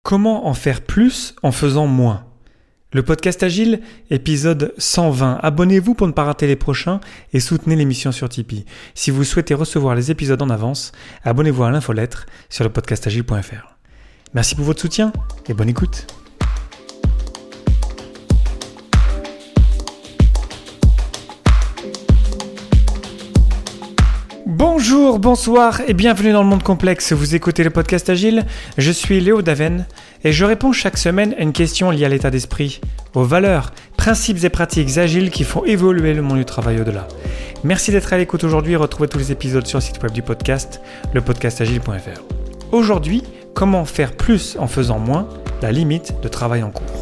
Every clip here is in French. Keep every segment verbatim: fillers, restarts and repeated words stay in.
Comment en faire plus en faisant moins ? Le podcast Agile, épisode cent vingt. Abonnez-vous pour ne pas rater les prochains et soutenez l'émission sur Tipeee. Si vous souhaitez recevoir les épisodes en avance, abonnez-vous à l'infolettre sur le podcast agile point f r. Merci pour votre soutien et bonne écoute. Bonjour, bonsoir et bienvenue dans le monde complexe. Vous écoutez le podcast Agile, je suis Léo Daven et je réponds chaque semaine à une question liée à l'état d'esprit, aux valeurs, principes et pratiques agiles qui font évoluer le monde du travail au-delà. Merci d'être à l'écoute aujourd'hui et retrouvez tous les épisodes sur le site web du podcast, le podcast agile point f r. Aujourd'hui, comment faire plus en faisant moins, la limite de travail en cours.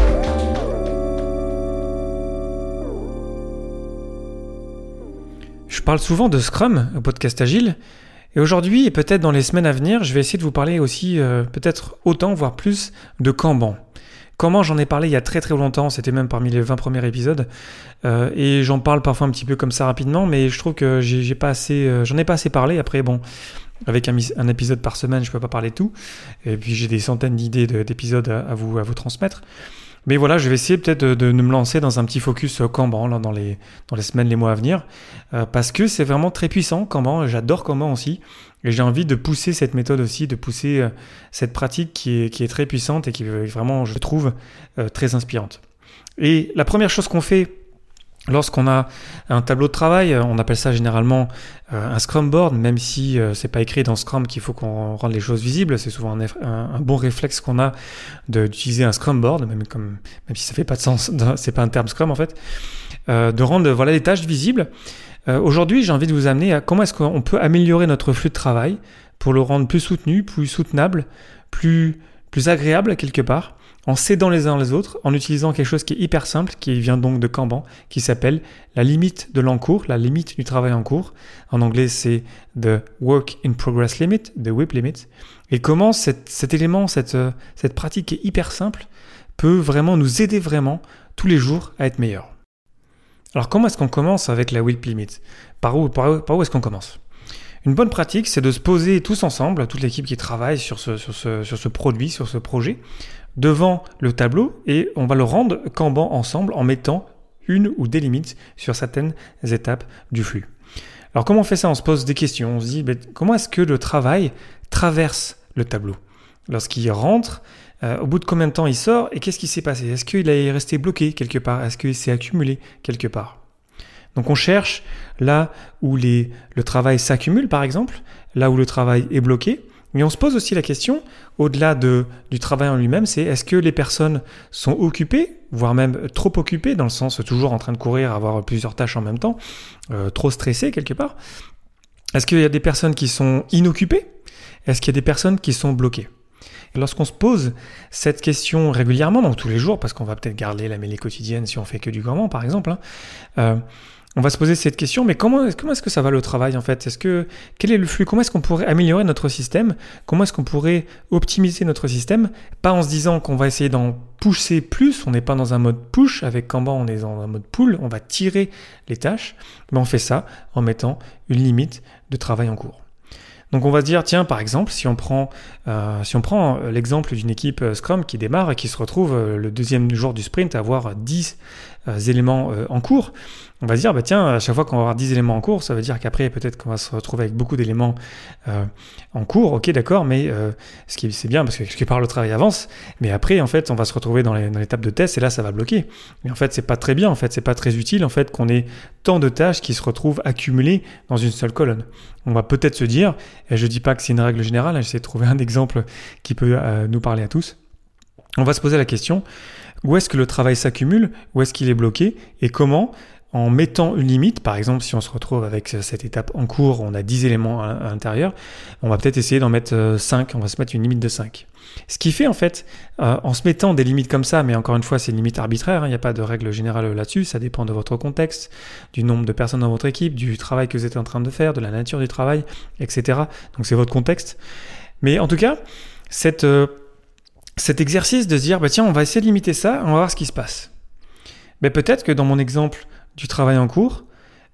Je parle souvent de Scrum au podcast Agile et aujourd'hui et peut-être dans les semaines à venir, je vais essayer de vous parler aussi euh, peut-être autant, voire plus de Kanban. Kanban, j'en ai parlé il y a très très longtemps, c'était même parmi les vingt premiers épisodes euh, et j'en parle parfois un petit peu comme ça rapidement, mais je trouve que j'ai, j'ai pas assez, euh, j'en ai pas assez parlé. Après bon, avec un, un épisode par semaine, je peux pas parler de tout et puis j'ai des centaines d'idées de, d'épisodes à, à, vous, à vous transmettre. Mais voilà, je vais essayer peut-être de, de, de me lancer dans un petit focus Kanban là, dans, les, dans les semaines, les mois à venir, euh, parce que c'est vraiment très puissant, Kanban. J'adore Kanban aussi, et j'ai envie de pousser cette méthode aussi, de pousser euh, cette pratique qui est, qui est très puissante et qui est vraiment, je trouve, euh, très inspirante. Et la première chose qu'on fait lorsqu'on a un tableau de travail, on appelle ça généralement euh, un Scrum Board, même si euh, c'est pas écrit dans Scrum qu'il faut qu'on rende les choses visibles. C'est souvent un, un, un bon réflexe qu'on a de, d'utiliser un Scrum Board, même, comme, même si ça fait pas de sens, c'est pas un terme Scrum en fait, euh, de rendre voilà, les tâches visibles. Euh, aujourd'hui, j'ai envie de vous amener à comment est-ce qu'on peut améliorer notre flux de travail pour le rendre plus soutenu, plus soutenable, plus, plus agréable quelque part, en s'aidant les uns les autres, en utilisant quelque chose qui est hyper simple, qui vient donc de Kanban, qui s'appelle la limite de l'encours, la limite du travail en cours. En anglais, c'est the Work in Progress Limit, the W I P Limit. Et comment cette, cet élément, cette, cette pratique qui est hyper simple, peut vraiment nous aider vraiment tous les jours à être meilleurs. Alors comment est-ce qu'on commence avec la W I P Limit ? Par où, par où, par où est-ce qu'on commence ? Une bonne pratique, c'est de se poser tous ensemble, toute l'équipe qui travaille sur ce, sur ce, sur ce produit, sur ce projet, devant le tableau et on va le rendre Kanban ensemble en mettant une ou des limites sur certaines étapes du flux. Alors comment on fait ça ? On se pose des questions, on se dit ben, comment est-ce que le travail traverse le tableau ? Lorsqu'il rentre, euh, au bout de combien de temps il sort et qu'est-ce qui s'est passé ? Est-ce qu'il est resté bloqué quelque part ? Est-ce qu'il s'est accumulé quelque part ? Donc on cherche là où les, le travail s'accumule par exemple, là où le travail est bloqué. Mais on se pose aussi la question, au-delà de, du travail en lui-même, c'est est-ce que les personnes sont occupées, voire même trop occupées, dans le sens toujours en train de courir, avoir plusieurs tâches en même temps, euh, trop stressées quelque part. Est-ce qu'il y a des personnes qui sont inoccupées ? Est-ce qu'il y a des personnes qui sont bloquées ? Et lorsqu'on se pose cette question régulièrement, donc tous les jours, parce qu'on va peut-être garder la mêlée quotidienne si on fait que du Kanban par exemple, hein, euh, on va se poser cette question, mais comment, comment est-ce que ça va le travail en fait ? Est-ce que, quel est le flux ? Comment est-ce qu'on pourrait améliorer notre système ? Comment est-ce qu'on pourrait optimiser notre système ? Pas en se disant qu'on va essayer d'en pousser plus, on n'est pas dans un mode push, avec Kanban on est dans un mode pull, on va tirer les tâches, mais on fait ça en mettant une limite de travail en cours. Donc on va se dire, tiens, par exemple, si on prend, euh, si on prend l'exemple d'une équipe Scrum qui démarre et qui se retrouve euh, le deuxième jour du sprint à avoir dix euh, éléments euh, en cours, on va se dire, bah, tiens, à chaque fois qu'on va avoir dix éléments en cours, ça veut dire qu'après, peut-être qu'on va se retrouver avec beaucoup d'éléments euh, en cours. Ok, d'accord, mais euh, ce qui c'est bien parce que quelque part le travail avance, mais après, en fait, on va se retrouver dans, les, dans l'étape de test et là, ça va bloquer. Mais en fait, c'est pas très bien, en fait, c'est pas très utile, en fait, qu'on ait tant de tâches qui se retrouvent accumulées dans une seule colonne. On va peut-être se dire, et je dis pas que c'est une règle générale, hein, j'essaie de trouver un exemple qui peut euh, nous parler à tous. On va se poser la question, où est-ce que le travail s'accumule, où est-ce qu'il est bloqué et comment, en mettant une limite, par exemple si on se retrouve avec cette étape en cours, on a dix éléments à, à l'intérieur, on va peut-être essayer d'en mettre euh, cinq, on va se mettre une limite de cinq. Ce qui fait en fait, euh, en se mettant des limites comme ça, mais encore une fois c'est une limite arbitraire, il hein, n'y a pas de règle générale là-dessus, ça dépend de votre contexte, du nombre de personnes dans votre équipe, du travail que vous êtes en train de faire, de la nature du travail, et cetera. Donc c'est votre contexte. Mais en tout cas, cette, euh, cet exercice de se dire, bah, tiens, on va essayer de limiter ça, on va voir ce qui se passe. Mais peut-être que dans mon exemple du travail en cours,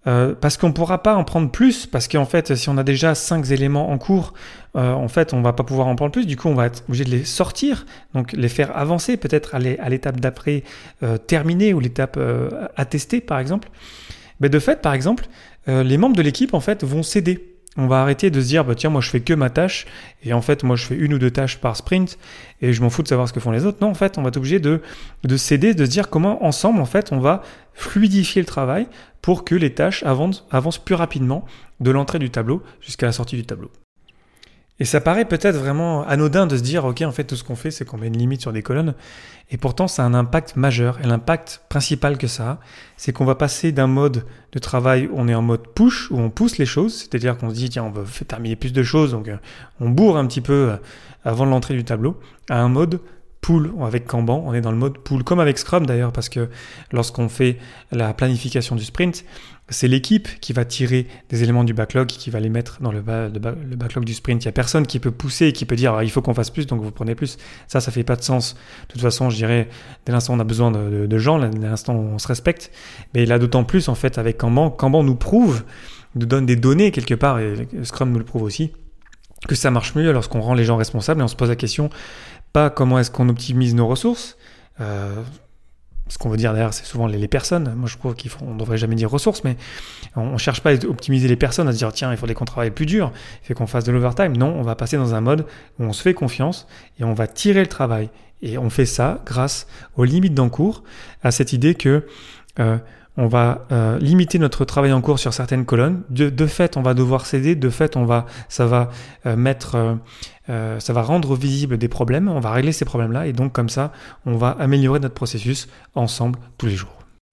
euh, parce qu'on ne pourra pas en prendre plus, parce qu'en fait, si on a déjà cinq éléments en cours, euh, en fait, on ne va pas pouvoir en prendre plus, du coup, on va être obligé de les sortir, donc les faire avancer, peut-être aller à l'étape d'après euh, terminée ou l'étape euh, attestée, par exemple. Mais de fait, par exemple, euh, les membres de l'équipe, en fait, vont céder. On va arrêter de se dire, bah, tiens, moi je fais que ma tâche, et en fait, moi je fais une ou deux tâches par sprint, et je m'en fous de savoir ce que font les autres. Non, en fait, on va être obligé de, de céder, de se dire comment ensemble, en fait, on va fluidifier le travail pour que les tâches avancent, avancent plus rapidement de l'entrée du tableau jusqu'à la sortie du tableau. Et ça paraît peut-être vraiment anodin de se dire, ok, en fait, tout ce qu'on fait, c'est qu'on met une limite sur des colonnes. Et pourtant, ça a un impact majeur. Et l'impact principal que ça a, c'est qu'on va passer d'un mode de travail où on est en mode push, où on pousse les choses, c'est-à-dire qu'on se dit, tiens, on veut terminer plus de choses, donc on bourre un petit peu avant l'entrée du tableau, à un mode pull. Avec Kanban, on est dans le mode pull, comme avec Scrum d'ailleurs, parce que lorsqu'on fait la planification du sprint, c'est l'équipe qui va tirer des éléments du backlog, qui va les mettre dans le, ba- le, ba- le backlog du sprint. Il n'y a personne qui peut pousser et qui peut dire ah, il faut qu'on fasse plus, donc vous prenez plus. Ça, ça ne fait pas de sens. De toute façon, je dirais, dès l'instant où on a besoin de, de, de gens, dès l'instant où on se respecte. Mais là, d'autant plus, en fait, avec Kanban, Kanban nous prouve, nous donne des données quelque part, et Scrum nous le prouve aussi, que ça marche mieux lorsqu'on rend les gens responsables et on se pose la question, pas comment est-ce qu'on optimise nos ressources, euh, ce qu'on veut dire d'ailleurs, c'est souvent les, les personnes. Moi, je trouve qu'on ne devrait jamais dire ressources, mais on ne cherche pas à optimiser les personnes, à se dire tiens, il faudrait qu'on travaille plus dur, il faut qu'on fasse de l'overtime. Non, on va passer dans un mode où on se fait confiance et on va tirer le travail. Et on fait ça grâce aux limites d'encours, à cette idée que euh, on va euh, limiter notre travail en cours sur certaines colonnes. De, de fait, on va devoir céder. De fait, on va, ça va euh, mettre, euh, euh, ça va rendre visible des problèmes. On va régler ces problèmes-là et donc comme ça, on va améliorer notre processus ensemble tous les jours.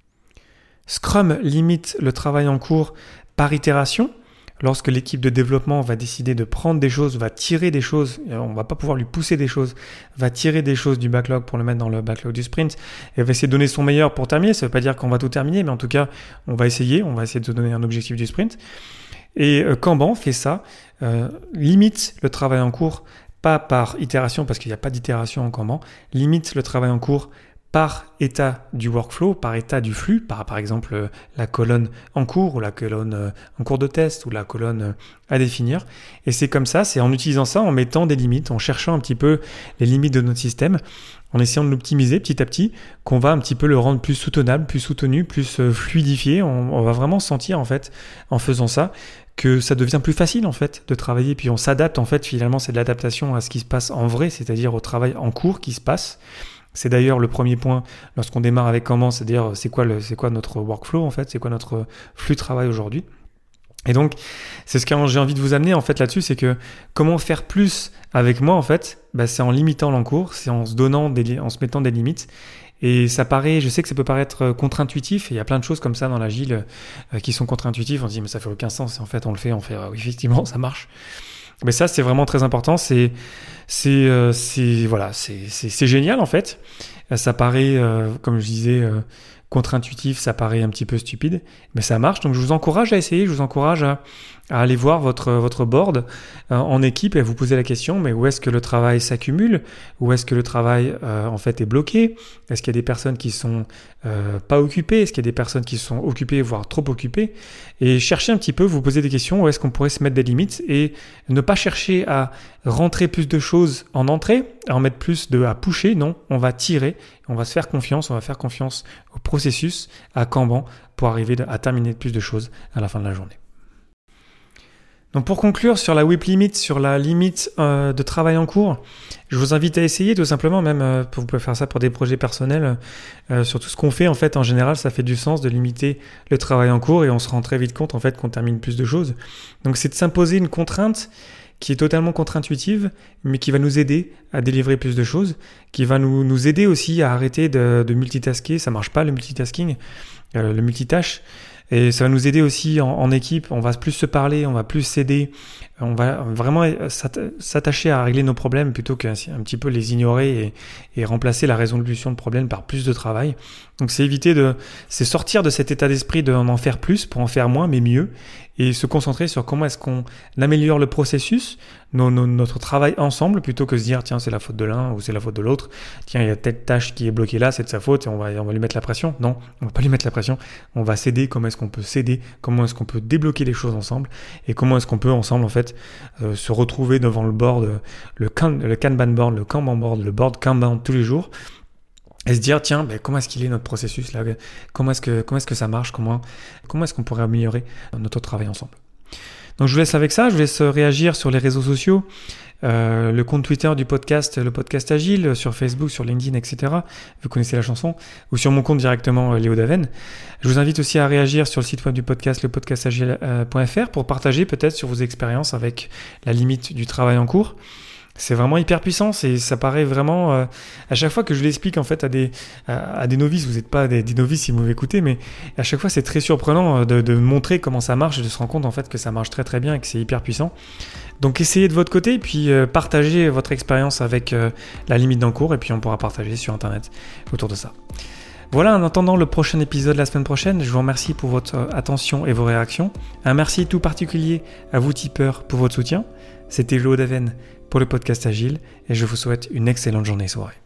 Scrum limite le travail en cours par itération. Lorsque l'équipe de développement va décider de prendre des choses, va tirer des choses, on ne va pas pouvoir lui pousser des choses, va tirer des choses du backlog pour le mettre dans le backlog du sprint, et va essayer de donner son meilleur pour terminer. Ça ne veut pas dire qu'on va tout terminer, mais en tout cas, on va essayer, on va essayer de se donner un objectif du sprint. Et euh, Kanban fait ça, euh, limite le travail en cours, pas par itération, parce qu'il n'y a pas d'itération en Kanban, limite le travail en cours par état du workflow, par état du flux, par par exemple la colonne en cours ou la colonne en cours de test ou la colonne à définir. Et c'est comme ça, c'est en utilisant ça, en mettant des limites, en cherchant un petit peu les limites de notre système, en essayant de l'optimiser petit à petit, qu'on va un petit peu le rendre plus soutenable, plus soutenu, plus fluidifié. On, on va vraiment sentir en fait, en faisant ça, que ça devient plus facile en fait de travailler. Puis on s'adapte en fait, finalement c'est de l'adaptation à ce qui se passe en vrai, c'est-à-dire au travail en cours qui se passe. C'est d'ailleurs le premier point lorsqu'on démarre avec Kanban, c'est-à-dire c'est quoi, le, c'est quoi notre workflow en fait, c'est quoi notre flux de travail aujourd'hui. Et donc, c'est ce que j'ai envie de vous amener en fait là-dessus, c'est que comment faire plus avec moi en fait, bah, c'est en limitant l'encours, c'est en se donnant des, en se mettant des limites. Et ça paraît, je sais que ça peut paraître contre-intuitif, et il y a plein de choses comme ça dans l'agile euh, qui sont contre-intuitives. On se dit mais ça fait aucun sens, et en fait on le fait, on fait euh, oui, effectivement ça marche. Mais ça c'est vraiment très important, c'est c'est euh, c'est voilà, c'est c'est c'est génial en fait. Ça paraît euh, comme je disais euh, contre-intuitif, ça paraît un petit peu stupide, mais ça marche. Donc je vous encourage à essayer, je vous encourage à, à aller voir votre votre board euh, en équipe et à vous poser la question, mais où est-ce que le travail s'accumule? Où est-ce que le travail euh, en fait est bloqué? Est-ce qu'il y a des personnes qui sont euh, pas occupées? Est-ce qu'il y a des personnes qui sont occupées, voire trop occupées? Et cherchez un petit peu, vous posez des questions, où est-ce qu'on pourrait se mettre des limites et ne pas chercher à rentrer plus de choses en entrée, à en mettre plus de à pusher. Non, on va tirer, on va se faire confiance, on va faire confiance au processus, à Kanban, pour arriver à terminer plus de choses à la fin de la journée. Donc pour conclure sur la W I P limit, sur la limite euh, de travail en cours, je vous invite à essayer tout simplement, même euh, vous pouvez faire ça pour des projets personnels, euh, sur tout ce qu'on fait en fait en général, ça fait du sens de limiter le travail en cours et on se rend très vite compte en fait qu'on termine plus de choses. Donc c'est de s'imposer une contrainte qui est totalement contre-intuitive, mais qui va nous aider à délivrer plus de choses, qui va nous, nous aider aussi à arrêter de, de multitasker. Ça marche pas le multitasking, euh, le multitâche. Et ça va nous aider aussi en, en équipe, on va plus se parler, on va plus s'aider, on va vraiment s'attacher à régler nos problèmes plutôt qu'un un petit peu les ignorer et, et remplacer la résolution de problèmes par plus de travail. Donc c'est éviter de, c'est sortir de cet état d'esprit d'en en faire plus pour en faire moins mais mieux et se concentrer sur comment est-ce qu'on améliore le processus, nos, nos, notre travail ensemble plutôt que se dire tiens c'est la faute de l'un ou c'est la faute de l'autre, tiens il y a telle tâche qui est bloquée là, c'est de sa faute et on va, on va lui mettre la pression. Non, on va pas lui mettre la pression, on va s'aider. Comment est-ce qu'on peut s'aider, comment est-ce qu'on peut débloquer les choses ensemble et comment est-ce qu'on peut ensemble en fait euh, se retrouver devant le board, le, kan, le Kanban board, le Kanban board, le board Kanban tous les jours et se dire tiens ben, comment est-ce qu'il est notre processus là, comment est-ce que, comment est-ce que ça marche, comment, comment est-ce qu'on pourrait améliorer notre travail ensemble. Donc je vous laisse avec ça, je vous laisse réagir sur les réseaux sociaux, euh, le compte Twitter du podcast, le podcast Agile, sur Facebook, sur LinkedIn, et cetera. Vous connaissez la chanson, ou sur mon compte directement Léo Daven. Je vous invite aussi à réagir sur le site web du podcast, le podcast agile point f r, pour partager peut-être sur vos expériences avec la limite du travail en cours. C'est vraiment hyper puissant, c'est, ça paraît vraiment... Euh, à chaque fois que je l'explique en fait à des, à, à des novices, vous n'êtes pas des, des novices si vous m'écoutez, mais à chaque fois c'est très surprenant de, de montrer comment ça marche et de se rendre compte en fait que ça marche très très bien et que c'est hyper puissant. Donc essayez de votre côté, puis euh, partagez votre expérience avec euh, la limite d'encours et puis on pourra partager sur internet autour de ça. Voilà, en attendant le prochain épisode la semaine prochaine, je vous remercie pour votre attention et vos réactions. Un merci tout particulier à vous tipeurs pour votre soutien. C'était Léo Daven pour le podcast Agile et je vous souhaite une excellente journée et soirée.